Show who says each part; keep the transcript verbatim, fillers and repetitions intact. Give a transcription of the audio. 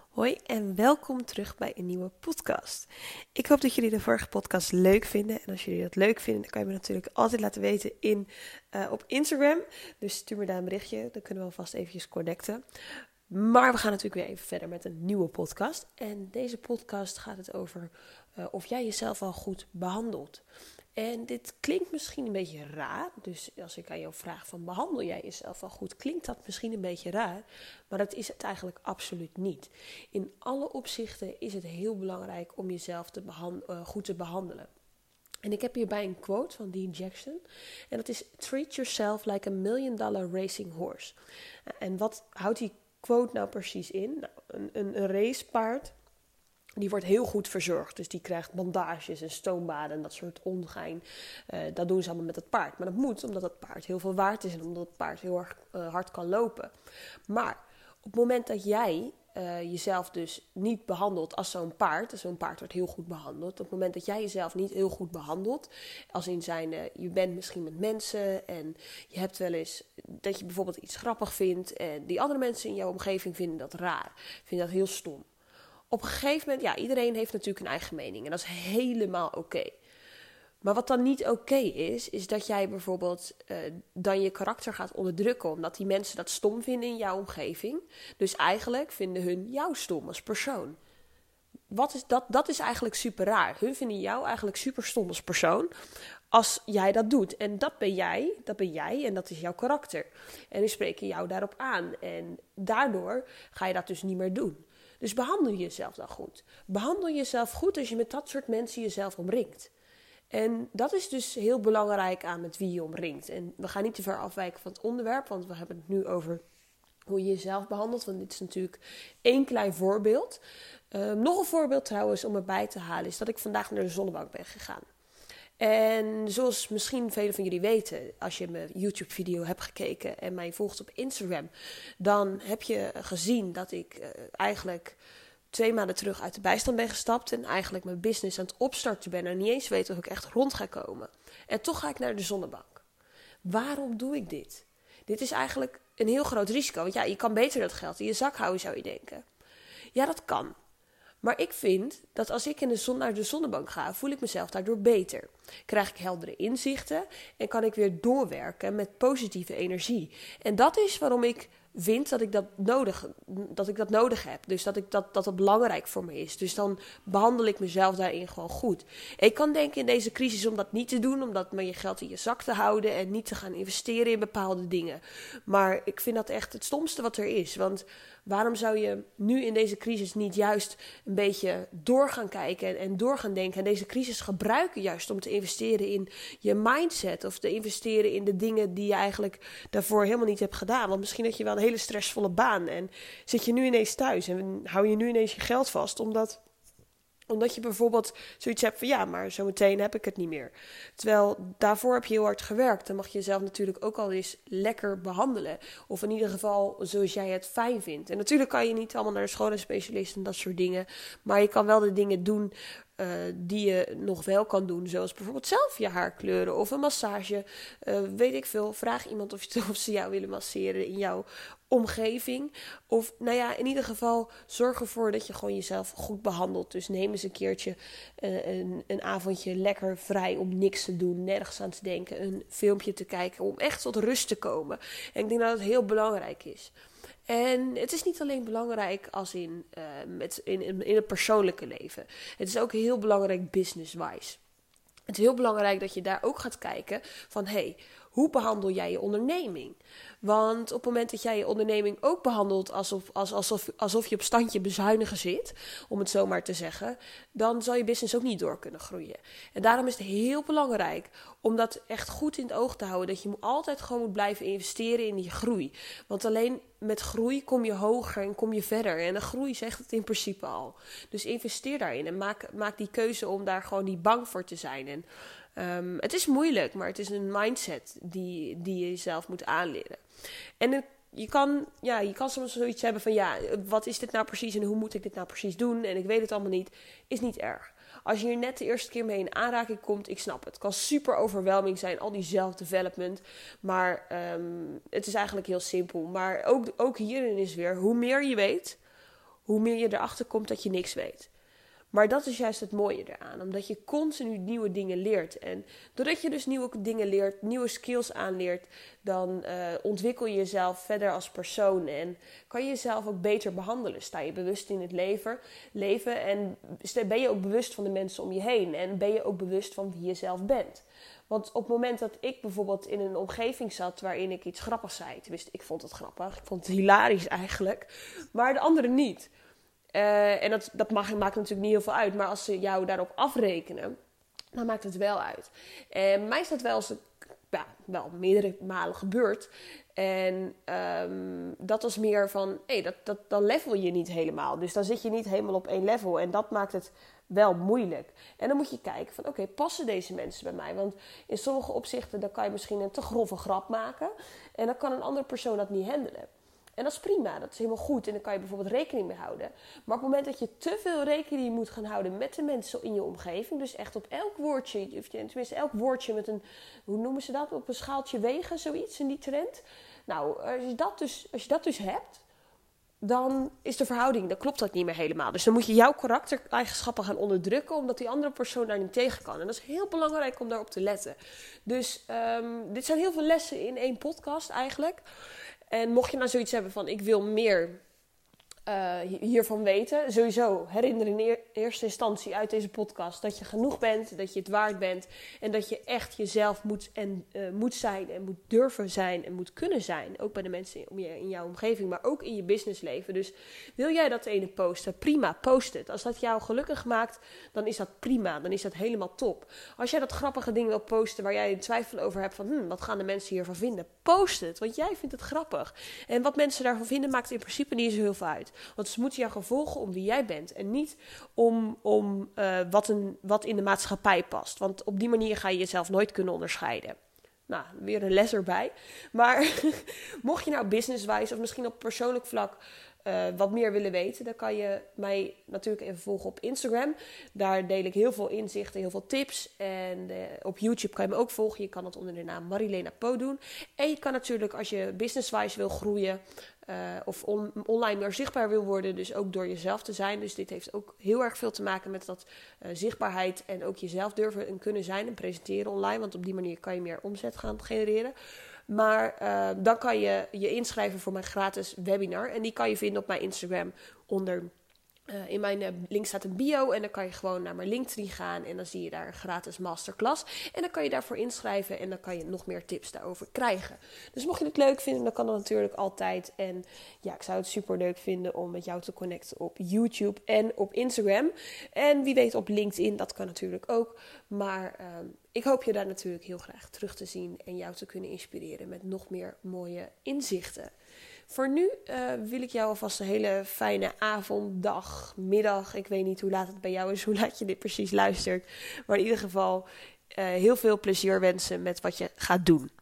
Speaker 1: Hoi en welkom terug bij een nieuwe podcast. Ik hoop dat jullie de vorige podcast leuk vinden. En als jullie dat leuk vinden, dan kan je me natuurlijk altijd laten weten in, uh, op Instagram. Dus stuur me daar een berichtje, dan kunnen we alvast eventjes connecten. Maar we gaan natuurlijk weer even verder met een nieuwe podcast. En deze podcast gaat het over uh, of jij jezelf al goed behandelt. En dit klinkt misschien een beetje raar. Dus als ik aan jou vraag van behandel jij jezelf al goed, klinkt dat misschien een beetje raar. Maar dat is het eigenlijk absoluut niet. In alle opzichten is het heel belangrijk om jezelf te behand- uh, goed te behandelen. En ik heb hierbij een quote van Dean Jackson. En dat is: treat yourself like a million dollar racing horse. En wat houdt die quote nou precies in? Nou, een, een, een racepaard, die wordt heel goed verzorgd. Dus die krijgt bandages en stoombaden en dat soort ongein. Uh, dat doen ze allemaal met het paard. Maar dat moet omdat het paard heel veel waard is en omdat het paard heel erg uh, hard kan lopen. Maar op het moment dat jij uh, jezelf dus niet behandelt als zo'n paard. Zo'n paard wordt heel goed behandeld. Op het moment dat jij jezelf niet heel goed behandelt. Als in zijn, uh, je bent misschien met mensen en je hebt wel eens dat je bijvoorbeeld iets grappig vindt. En die andere mensen in jouw omgeving vinden dat raar. Vinden dat heel stom. Op een gegeven moment, ja, iedereen heeft natuurlijk een eigen mening. En dat is helemaal oké. Okay. Maar wat dan niet oké okay is, is dat jij bijvoorbeeld uh, dan je karakter gaat onderdrukken. Omdat die mensen dat stom vinden in jouw omgeving. Dus eigenlijk vinden hun jou stom als persoon. Wat is dat? Dat is eigenlijk super raar. Hun vinden jou eigenlijk super stom als persoon als jij dat doet. En dat ben jij, dat ben jij en dat is jouw karakter. En die spreken jou daarop aan. En daardoor ga je dat dus niet meer doen. Dus behandel jezelf dan goed. Behandel jezelf goed als je met dat soort mensen jezelf omringt. En dat is dus heel belangrijk aan met wie je omringt. En we gaan niet te ver afwijken van het onderwerp, want we hebben het nu over hoe je jezelf behandelt. Want dit is natuurlijk één klein voorbeeld. Uh, nog een voorbeeld trouwens om erbij te halen is dat ik vandaag naar de zonnebank ben gegaan. En zoals misschien velen van jullie weten, als je mijn YouTube-video hebt gekeken en mij volgt op Instagram, dan heb je gezien dat ik uh, eigenlijk twee maanden terug uit de bijstand ben gestapt en eigenlijk mijn business aan het opstarten ben en niet eens weet of ik echt rond ga komen. En toch ga ik naar de zonnebank. Waarom doe ik dit? Dit is eigenlijk een heel groot risico, want ja, je kan beter dat geld in je zak houden, zou je denken. Ja, dat kan. Maar ik vind dat als ik in de zon naar de zonnebank ga, voel ik mezelf daardoor beter. Krijg ik heldere inzichten en kan ik weer doorwerken met positieve energie. En dat is waarom ik vind dat ik dat nodig, dat ik dat nodig heb. Dus dat, ik dat, dat dat belangrijk voor me is. Dus dan behandel ik mezelf daarin gewoon goed. Ik kan denken in deze crisis om dat niet te doen, om dat met je geld in je zak te houden en niet te gaan investeren in bepaalde dingen. Maar ik vind dat echt het stomste wat er is. Want waarom zou je nu in deze crisis niet juist een beetje door gaan kijken en, en door gaan denken en deze crisis gebruiken juist om te investeren in je mindset of te investeren in de dingen die je eigenlijk daarvoor helemaal niet hebt gedaan. Want misschien had je wel een hele stressvolle baan en zit je nu ineens thuis en hou je nu ineens je geld vast omdat Omdat je bijvoorbeeld zoiets hebt van ja, maar zometeen heb ik het niet meer. Terwijl daarvoor heb je heel hard gewerkt. Dan mag je jezelf natuurlijk ook al eens lekker behandelen. Of in ieder geval zoals jij het fijn vindt. En natuurlijk kan je niet allemaal naar de schoonheidsspecialist en dat soort dingen. Maar je kan wel de dingen doen uh, die je nog wel kan doen. Zoals bijvoorbeeld zelf je haar kleuren of een massage. Uh, weet ik veel. Vraag iemand of, je, of ze jou willen masseren in jouw omgeving. Of nou ja, in ieder geval zorg ervoor dat je gewoon jezelf goed behandelt. Dus neem eens een keertje uh, een, een avondje lekker vrij om niks te doen, nergens aan te denken, een filmpje te kijken, om echt tot rust te komen. En ik denk dat het heel belangrijk is. En het is niet alleen belangrijk als in, uh, met, in, in, in het persoonlijke leven. Het is ook heel belangrijk business-wise. Het is heel belangrijk dat je daar ook gaat kijken van hé, hey, hoe behandel jij je onderneming? Want op het moment dat jij je onderneming ook behandelt alsof, alsof, alsof je op standje bezuinigen zit, om het zo maar te zeggen, dan zal je business ook niet door kunnen groeien. En daarom is het heel belangrijk om dat echt goed in het oog te houden, dat je altijd gewoon moet blijven investeren in die groei. Want alleen met groei kom je hoger en kom je verder. En de groei zegt het in principe al. Dus investeer daarin en maak, maak die keuze om daar gewoon niet bang voor te zijn. En Um, het is moeilijk, maar het is een mindset die, die je jezelf moet aanleren. En het, je, kan, ja, je kan soms zoiets hebben van ja, wat is dit nou precies en hoe moet ik dit nou precies doen? En ik weet het allemaal niet. Is niet erg. Als je hier net de eerste keer mee in aanraking komt, ik snap het. Het kan super overwhelming zijn, al die zelfdevelopment. Maar um, het is eigenlijk heel simpel. Maar ook, ook hierin is weer, hoe meer je weet, hoe meer je erachter komt dat je niks weet. Maar dat is juist het mooie eraan. Omdat je continu nieuwe dingen leert. En doordat je dus nieuwe dingen leert, nieuwe skills aanleert, dan uh, ontwikkel je jezelf verder als persoon. En kan je jezelf ook beter behandelen. Sta je bewust in het leven, leven en ben je ook bewust van de mensen om je heen. En ben je ook bewust van wie je zelf bent. Want op het moment dat ik bijvoorbeeld in een omgeving zat waarin ik iets grappigs zei. Tenminste, ik vond het grappig. Ik vond het hilarisch eigenlijk. Maar de anderen niet. Uh, en dat, dat mag, maakt natuurlijk niet heel veel uit. Maar als ze jou daarop afrekenen, dan maakt het wel uit. En mij is dat wel eens, ja, wel meerdere malen gebeurd. En um, dat was meer van, hey, dat, dat, dan level je niet helemaal. Dus dan zit je niet helemaal op één level. En dat maakt het wel moeilijk. En dan moet je kijken van, oké, okay, passen deze mensen bij mij? Want in sommige opzichten, dan kan je misschien een te grove grap maken. En dan kan een andere persoon dat niet handelen. En dat is prima, dat is helemaal goed. En daar kan je bijvoorbeeld rekening mee houden. Maar op het moment dat je te veel rekening moet gaan houden met de mensen in je omgeving. Dus echt op elk woordje, of tenminste elk woordje met een, hoe noemen ze dat? Op een schaaltje wegen, zoiets in die trend. Nou, als je dat dus, als je dat dus hebt, dan is de verhouding, dan klopt dat niet meer helemaal. Dus dan moet je jouw karaktereigenschappen gaan onderdrukken, omdat die andere persoon daar niet tegen kan. En dat is heel belangrijk om daarop te letten. Dus um, dit zijn heel veel lessen in één podcast eigenlijk. En mocht je nou zoiets hebben van, ik wil meer uh, hiervan weten. Sowieso herinner in eer, eerste instantie uit deze podcast dat je genoeg bent. Dat je het waard bent. En dat je echt jezelf moet, en, uh, moet zijn en moet durven zijn en moet kunnen zijn. Ook bij de mensen in, je, in jouw omgeving, maar ook in je businessleven. Dus wil jij dat ene posten? Prima, post het. Als dat jou gelukkig maakt, dan is dat prima. Dan is dat helemaal top. Als jij dat grappige ding wil posten waar jij een twijfel over hebt van, hm, wat gaan de mensen hiervan vinden? Post het, want jij vindt het grappig. En wat mensen daarvan vinden maakt in principe niet zo heel veel uit. Want ze moeten jou gaan volgen om wie jij bent. En niet om, om uh, wat, een, wat in de maatschappij past. Want op die manier ga je jezelf nooit kunnen onderscheiden. Nou, weer een les erbij. Maar mocht je nou businesswijs of misschien op persoonlijk vlak uh, wat meer willen weten, dan kan je mij natuurlijk even volgen op Instagram. Daar deel ik heel veel inzichten, heel veel tips. En uh, op YouTube kan je me ook volgen. Je kan het onder de naam Marilena Po doen. En je kan natuurlijk, als je businesswijs wil groeien, Uh, of on- online meer zichtbaar wil worden, dus ook door jezelf te zijn. Dus dit heeft ook heel erg veel te maken met dat uh, zichtbaarheid en ook jezelf durven en kunnen zijn en presenteren online. Want op die manier kan je meer omzet gaan genereren. Maar uh, dan kan je je inschrijven voor mijn gratis webinar. En die kan je vinden op mijn Instagram onder... Uh, in mijn uh, link staat een bio en dan kan je gewoon naar mijn Linktree gaan en dan zie je daar een gratis masterclass. En dan kan je daarvoor inschrijven en dan kan je nog meer tips daarover krijgen. Dus mocht je het leuk vinden, dan kan dat natuurlijk altijd. En ja, ik zou het super leuk vinden om met jou te connecten op YouTube en op Instagram. En wie weet op LinkedIn, dat kan natuurlijk ook. Maar uh, ik hoop je daar natuurlijk heel graag terug te zien en jou te kunnen inspireren met nog meer mooie inzichten. Voor nu uh, wil ik jou alvast een hele fijne avond, dag, middag. Ik weet niet hoe laat het bij jou is, hoe laat je dit precies luistert. Maar in ieder geval uh, heel veel plezier wensen met wat je gaat doen.